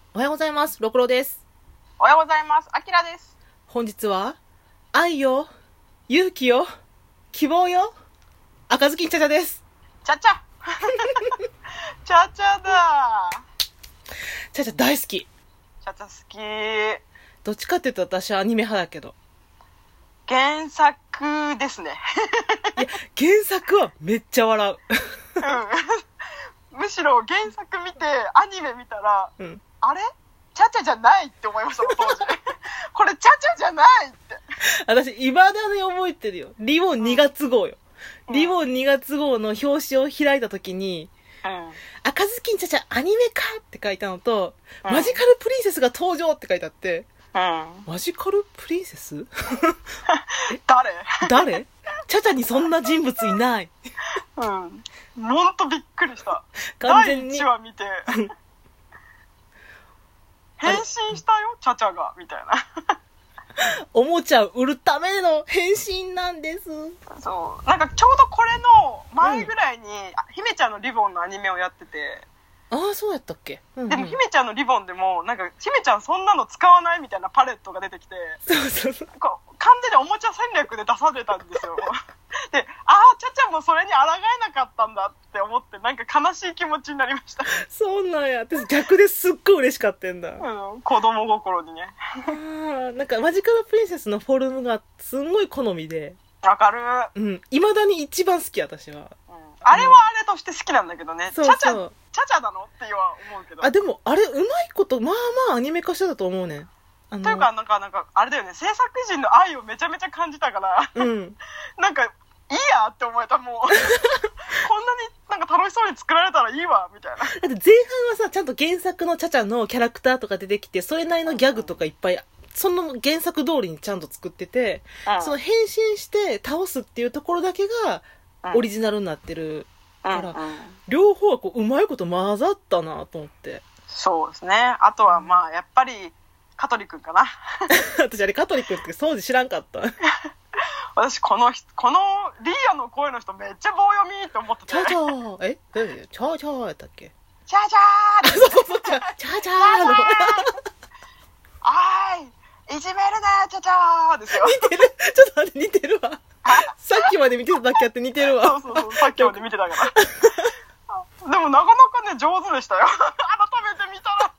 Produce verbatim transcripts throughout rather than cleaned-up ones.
おはようございます。ろくろです。 おはようございます。あきらです。 本日は愛よ、勇気よ、希望よ、赤ずきんちゃちゃです。 ちゃちゃちゃちゃだ。 ちゃちゃ大好き。 ちゃちゃ好き。 どっちかって言うと私はアニメ派だけど。 原作ですね。 いや原作はめっちゃ笑う。 うん、むしろ原作見てアニメ見たら、うん、あれちゃちゃじゃないって思いました当時。これちゃちゃじゃないって。 私未だに覚えてるよ。リボンにがつ号よ、うん、リボンにがつ号の表紙を開いた時に、うん、赤ずきんちゃちゃアニメかって書いたのと、うん、マジカルプリンセスが登場って書いてあって、うん、マジカルプリンセス誰誰ちゃちゃにそんな人物いない。 うん、ほんとびっくりした。 完全にだいいちわ見て変身したよちゃちゃがみたいな。 おもちゃを売るための変身なんです。 そうなんかちょうどこれの前ぐらいに、うん、姫ちゃんのリボンのアニメをやってて、 ああそうやったっけ、うんうん、 でも姫ちゃんのリボンでもなんか姫ちゃんそんなの使わないみたいなパレットが出てきて、 そうそうそう、 完全におもちゃ戦略で出されたんですよ。で、ああちゃちゃもそれに抗えなかったんだって思ってなんか悲しい気持ちになりました。 そうなんや。私逆ですっごい嬉しかったんだ、 うん、子供心にね。 あなんかマジカルプリンセスのフォルムがすんごい好みで、 わかる。 うん、未だに一番好き私は、うん、 あれはあれとして好きなんだけどね、 そうそう、 ちゃちゃちゃちゃなのっては思うけど、 あでもあれうまいことまあまあアニメ化してたと思うね。 あのというかなんかなんかあれだよね、制作陣の愛をめちゃめちゃ感じたから、うん、なんかいいやって思えた。もうこんなになんか楽しそうに作られたらいいわみたいな。だって前半はさちゃんと原作のちゃちゃのキャラクターとか出てきてそれなりのギャグとかいっぱい、うん、その原作通りにちゃんと作ってて、うん、その変身して倒すっていうところだけがオリジナルになってる、うん、から、うんうん、両方はこううまいこと混ざったなと思って。 そうですね。あとはまあやっぱり香取くんかな。 私あれ香取くんって当時知らんかった。 私このこのリーヤの声の人めっちゃ棒読みと思ってて。 チャーチャーえどういうチャーチャーやったっけ。 チャーチャーそうそうチャーチャーチャーのあーいいじめるなチャーチャーですよ。 似てる。ちょっと待って似てるわ。さっきまで見てただけあって似てるわ。 そうそうそうさっきまで見てたからでもなかなかね上手でしたよ。改めて見たら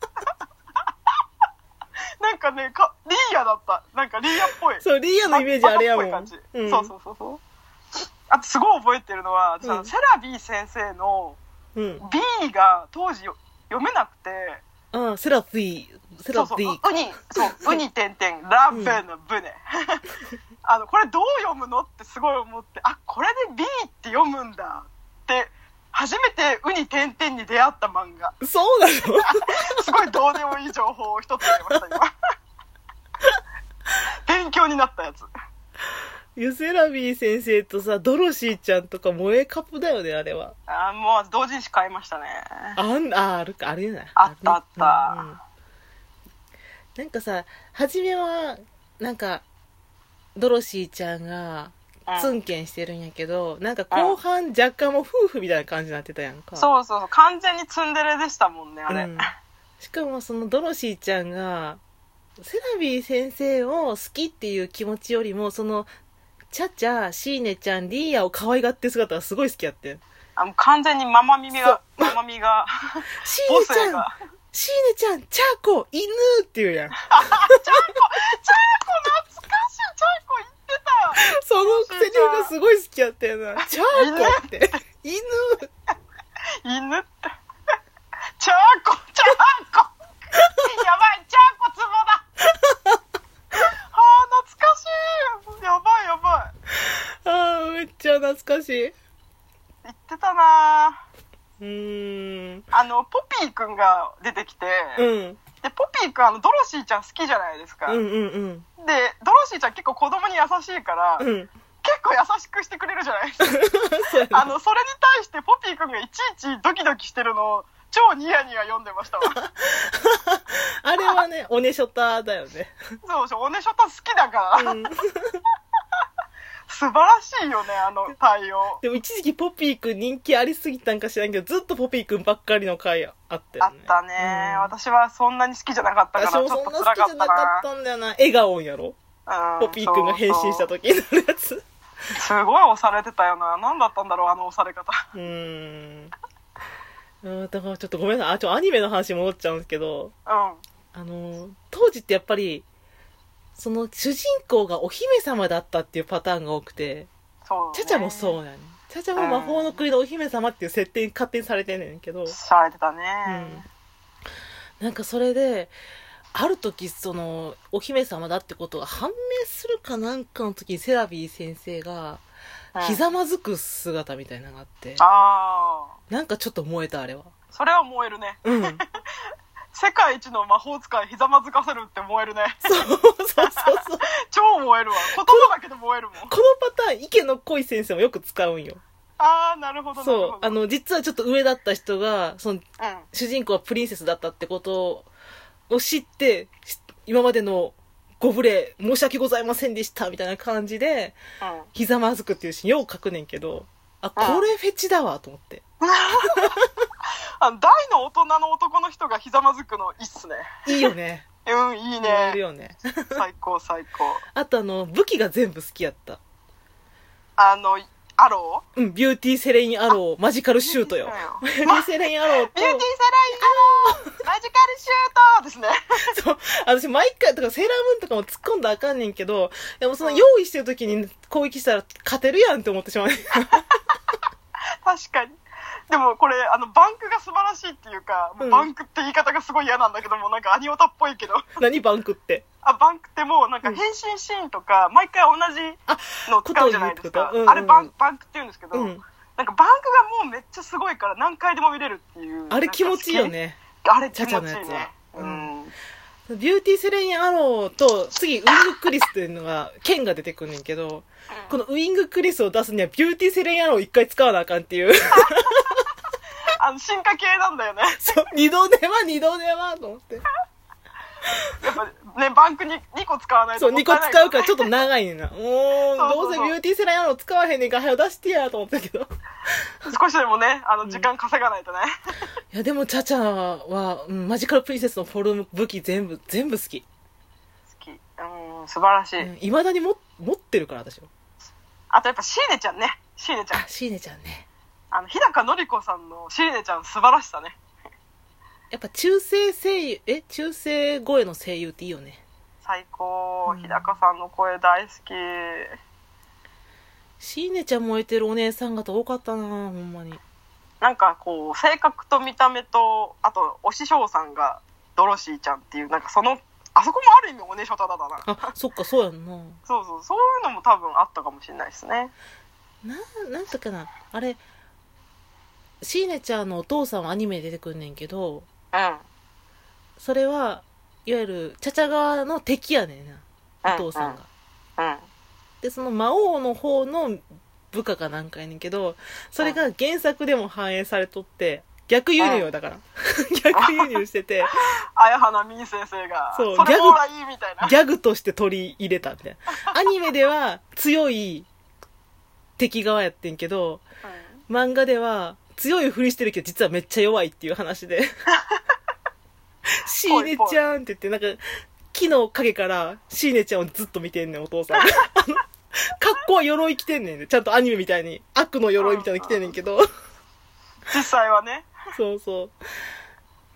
なんかねかリーヤだった。なんかリーヤっぽい。 そうリーヤのイメージあれやもん。 うん、そうそうそうそう。あとすごい覚えてるのは、うん、セラビー先生の B が当時読めなくて、 うん、セラビーセラビーそうそうウニそうウニ点々ラブのブネ、うん、あのこれどう読むのってすごい思って、あこれで B って読むんだって初めてウニ点々に出会った漫画。 そうなの。 すごいどうでもいい情報を一つ入れました今。勉強になったやつ。 ユセラビー先生とさドロシーちゃんとか萌えカプだよねあれは。 あもう同人誌買いましたね。 あんああるかあれないあったあった、 うんうん、なんかさ初めはなんかドロシーちゃんがツンケンしてるんやけど、なんか後半若干もう夫婦みたいな感じになってたやんか、 うん、そうそうそう完全にツンデレでしたもんねあれ、うん、 しかもそのドロシーちゃんがセラビー先生を好きっていう気持ちよりもそのチャチャシーネちゃんリーヤを可愛がってる姿がすごい好きやってん。 あもう完全にママ耳がママミがシーネちゃんシーネちゃんチャーコ犬って言うやん。チャーコチャーコ懐かしい。チャーコ言ってた。 そのセリフがすごい好きやったよな。チャーコって犬犬ってチャーコチャーコやばいチャーコツボだ。あー懐かしい。やばいやばい。 あーめっちゃ懐かしい。 言ってたな。 うーんあのポピーくんが出てきて、うん、でポピーくんあのドロシーちゃん好きじゃないですか、 うんうんうん、 でドロシーちゃん結構子供に優しいから、うん、結構優しくしてくれるじゃないですか。あのそれに対してポピーくんがいちいちドキドキしてるのを超ニヤニヤ読んでましたわ。 あれはねおねしょただよね。 そうそうおねしょた好きだから、うん、す素晴らしいよね、あの対応。 でも一時期ポピーくん人気ありすぎたんか知らんけど、ずっとポピーくんばっかりの回あったよね。 あったね、 うん、 私はそんなに好きじゃなかったから、ちょっと辛かったな。 私もそんな好きじゃなかったんだよな。笑顔やろ、うん、ポピーくんが変身した時になるやつ。 すごい押されてたよな。何だったんだろう、あの押され方。 うーん。だからちょっとごめんなさい。あ、ちょ、アニメの話戻っちゃうんですけど、うん。あの、当時ってやっぱり、その主人公がお姫様だったっていうパターンが多くて、 そうね、 チャチャもそうやねん。チャチャも魔法の国のお姫様っていう設定に勝手にされてんねんけど。 されてたね。 うん。なんかそれで、ある時そのお姫様だってことが判明するかなんかの時にセラビー先生がひざまずく姿みたいなのがあって、うん、あなんかちょっと燃えた。あれはそれは燃えるね。うん。世界一の魔法使いひざまずかせるって燃えるね。 そうそうそうそう超燃えるわ。言葉だけで燃えるもん。 このパターン池野恋先生もよく使うんよ。 あー、なるほど。 そう、あの実はちょっと上だった人がその、うん、主人公はプリンセスだったってことを知って今までのご無礼申し訳ございませんでしたみたいな感じで、うん、ひざまずくっていうシーンよく書くねんけど、あ、これフェチだわと思って、うん、 あの大の大人の男の人がひざまずくのいいっすね。いいよね。 うん、いいね。 いるよね。 最高最高。 あとあの武器が全部好きやった。 あのアロー、うん、ビューティーセレインアローマジカルシュートよ。ビューティーセレインアローとビューティーセレインアローマジカルシュートですね。 そう、私毎回とかセーラームーンとかも突っ込んだらあかんねんけど、でもその用意してる時に攻撃したら勝てるやんって思ってしまう。 確かに。でもこれあのバンクが素晴らしいっていうか、うん、バンクって言い方がすごい嫌なんだけども、なんかアニオタっぽいけど。 何バンクって？ あ、バンクってもうなんか変身シーンとか、うん、毎回同じの使うじゃないですか。うんうん、あれバンバンクって言うんですけど、うん、なんかバンクがもうめっちゃすごいから何回でも見れるっていう。 あれ気持ちいいよね。 あれ気持ちいいね。 チャチャのやつは。 うん。 ビューティーセレインアローと次ウィングクリスっていうのが剣が出てくるんねんけど、このウィングクリスを出すにはビューティーセレインアローを一回使わなあかんっていう。 あの進化系なんだよね。 そう、二度手間二度手間と思って。やっぱね、バンクににこ使わないともったいない、ね。そう、にこ使うからちょっと長いねんな。もう、どうせビューティーセレインアロー使わへんねんから早出してやと思ったけど。 少しでもね、あの時間稼がないとね。 うん、いやでもチャチャは、うん、マジカルプリンセスのフォルム武器全部全部好き。 好き。うん、素晴らしい。 うん、未だにも持ってるから私は。 あとやっぱシーネちゃんね。シーネちゃん。 あ、シーネちゃんね。 あの日高のり子さんのシーネちゃん素晴らしさね。 やっぱ中性声優、え中性声の声優っていいよね。 最高、うん、日高さんの声大好き。 シーネちゃん燃えてるお姉さん方多かったな、ほんまに。 なんかこう性格と見た目と、あとお師匠さんがドロシーちゃんっていう、なんかそのあそこもある意味おねしょただだな。 あ、そっか、そうやんな。 そうそう、そういうのも多分あったかもしれないですね。 な、なんとかな、あれシーネちゃんのお父さんはアニメで出てくんねんけど、うん、それはいわゆるチャチャ側の敵やねんな、お父さんが、うんうんうん、でその魔王の方の部下かなんかやねんけど、それが原作でも反映されとって逆輸入だから、うん、逆輸入してて綾花みー先生がそうそれもらいいみたいなギャグとして取り入れたみたいな。アニメでは強い敵側やってんけど、うん、漫画では強いふりしてるけど実はめっちゃ弱いっていう話でシーネちゃんって言って、なんか木の影からシーネちゃんをずっと見てんねんお父さん。格好は鎧着てんねんね、ちゃんとアニメみたいに悪の鎧みたいなの着てんねんけど実際はね。 そうそう、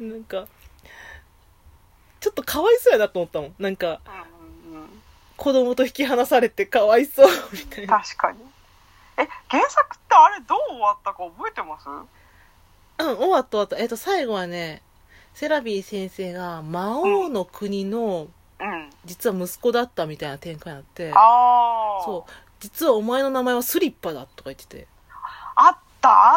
なんかちょっとかわいそうやなと思ったもん。なんか、うんうん、子供と引き離されてかわいそうみたいな。 確かに。え、原作ってあれどう終わったか覚えてます？ うん、終わった終わった。えっと最後はね、セラビー先生が魔王の国の、うん、実は息子だったみたいな展開になって、あー、そう、実はお前の名前はスリッパだとか言ってて、 あったあった、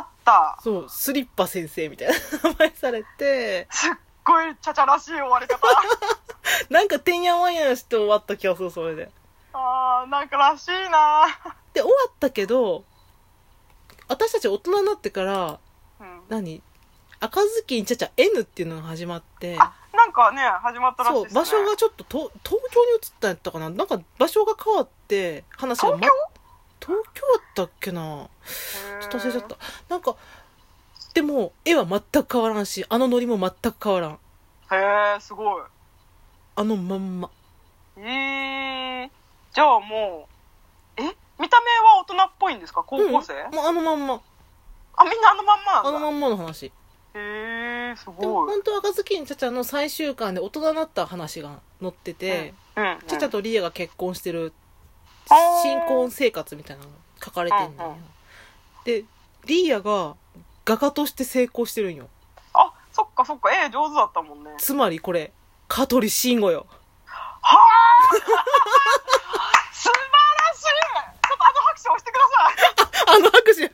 そう、スリッパ先生みたいな名前されて、 すっごいチャチャらしい終わり方なんかてんやわんやして終わった気がする、それで。 あー、なんからしいな。 で終わったけど、私たち大人になってから、うん、何赤ずきんちゃちゃ N っていうのが始まって、 あ、なんかね始まったらしいですね。 そう、場所がちょっとと東京に移ったんやったかな、なんか場所が変わって話が、ま、 東京東京だったっけな、ちょっと忘れちゃった。なんかでも絵は全く変わらんし、あのノリも全く変わらん。 へえ、すごい。 あのまんま。 えー、じゃあもう、え、見た目は大人っぽいんですか、高校生？ うん、もうあのまんま。 あ、みんなあのまんまなんだ。 あのまんまの話。 へえ、すごい。 でも本当は赤ずきんちゃちゃの最終巻で大人になった話が載ってて、うんうんうん、ちゃちゃとリエが結婚してる新婚生活みたいなのが書かれてんのよ、うんうん、でリエが画家として成功してるんよ。 あ、そっかそっか、絵上手だったもんね。 つまりこれ香取慎吾よ。 はあ素晴らしい。ちょっとあの拍手押してください。 あ, あの拍手すごい。え、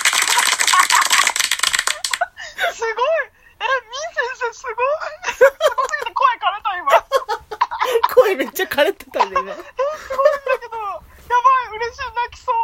みん先生すごい。すごすぎて声枯れた今。 声めっちゃ枯れてたんだよね。 え、すごいんだけど、やばい、嬉しい、泣きそう。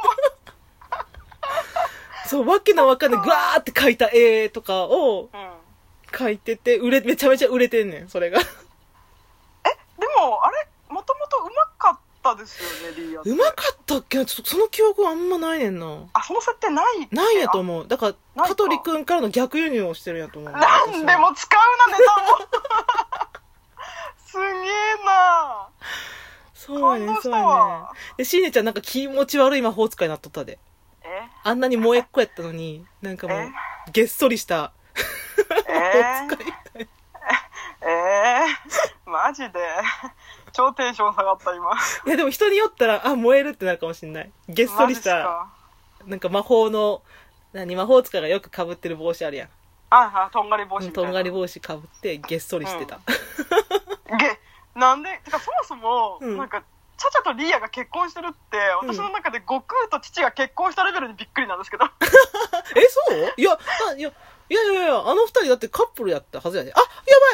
そう、わけのわかんないグワーって描いた絵とかを描いてて、売れめちゃめちゃ売れてんねん、それが。 え、でもあれもともとうまかったですよね、リーアって。 うまかったっけな、ちょっとその記憶あんまないねんな。 あ、その設定ないっけ？ ないやと思う。だから香取くんからの逆輸入をしてるんやと思う。 なんでも使うな、ネタも。すげえな。 そうやねん、そうやねん。で、しーねちゃんなんか気持ち悪い魔法使いになっとったで。 え、 あんなに萌えっ子やったのに、なんかもうげっそりしたえ魔法使いみたい。 えー、マジで超テンション下がった今。 いやでも人によったらあ燃えるってなるかもしんない。げっそりしたなんか魔法の何魔法使いがよく被ってる帽子あるやん。 はいはい、とんがり帽子みたいな。 とんがり帽子被ってげっそりしてた、 うん、げなんでてかそもそも、うん、なんかチャチャとリアが結婚してるって私の中で悟空と父が結婚したレベルにびっくりなんですけど。 え、そう？いや、いやいやいやいや、あの二人だってカップルやったはずやで。あ、やばい。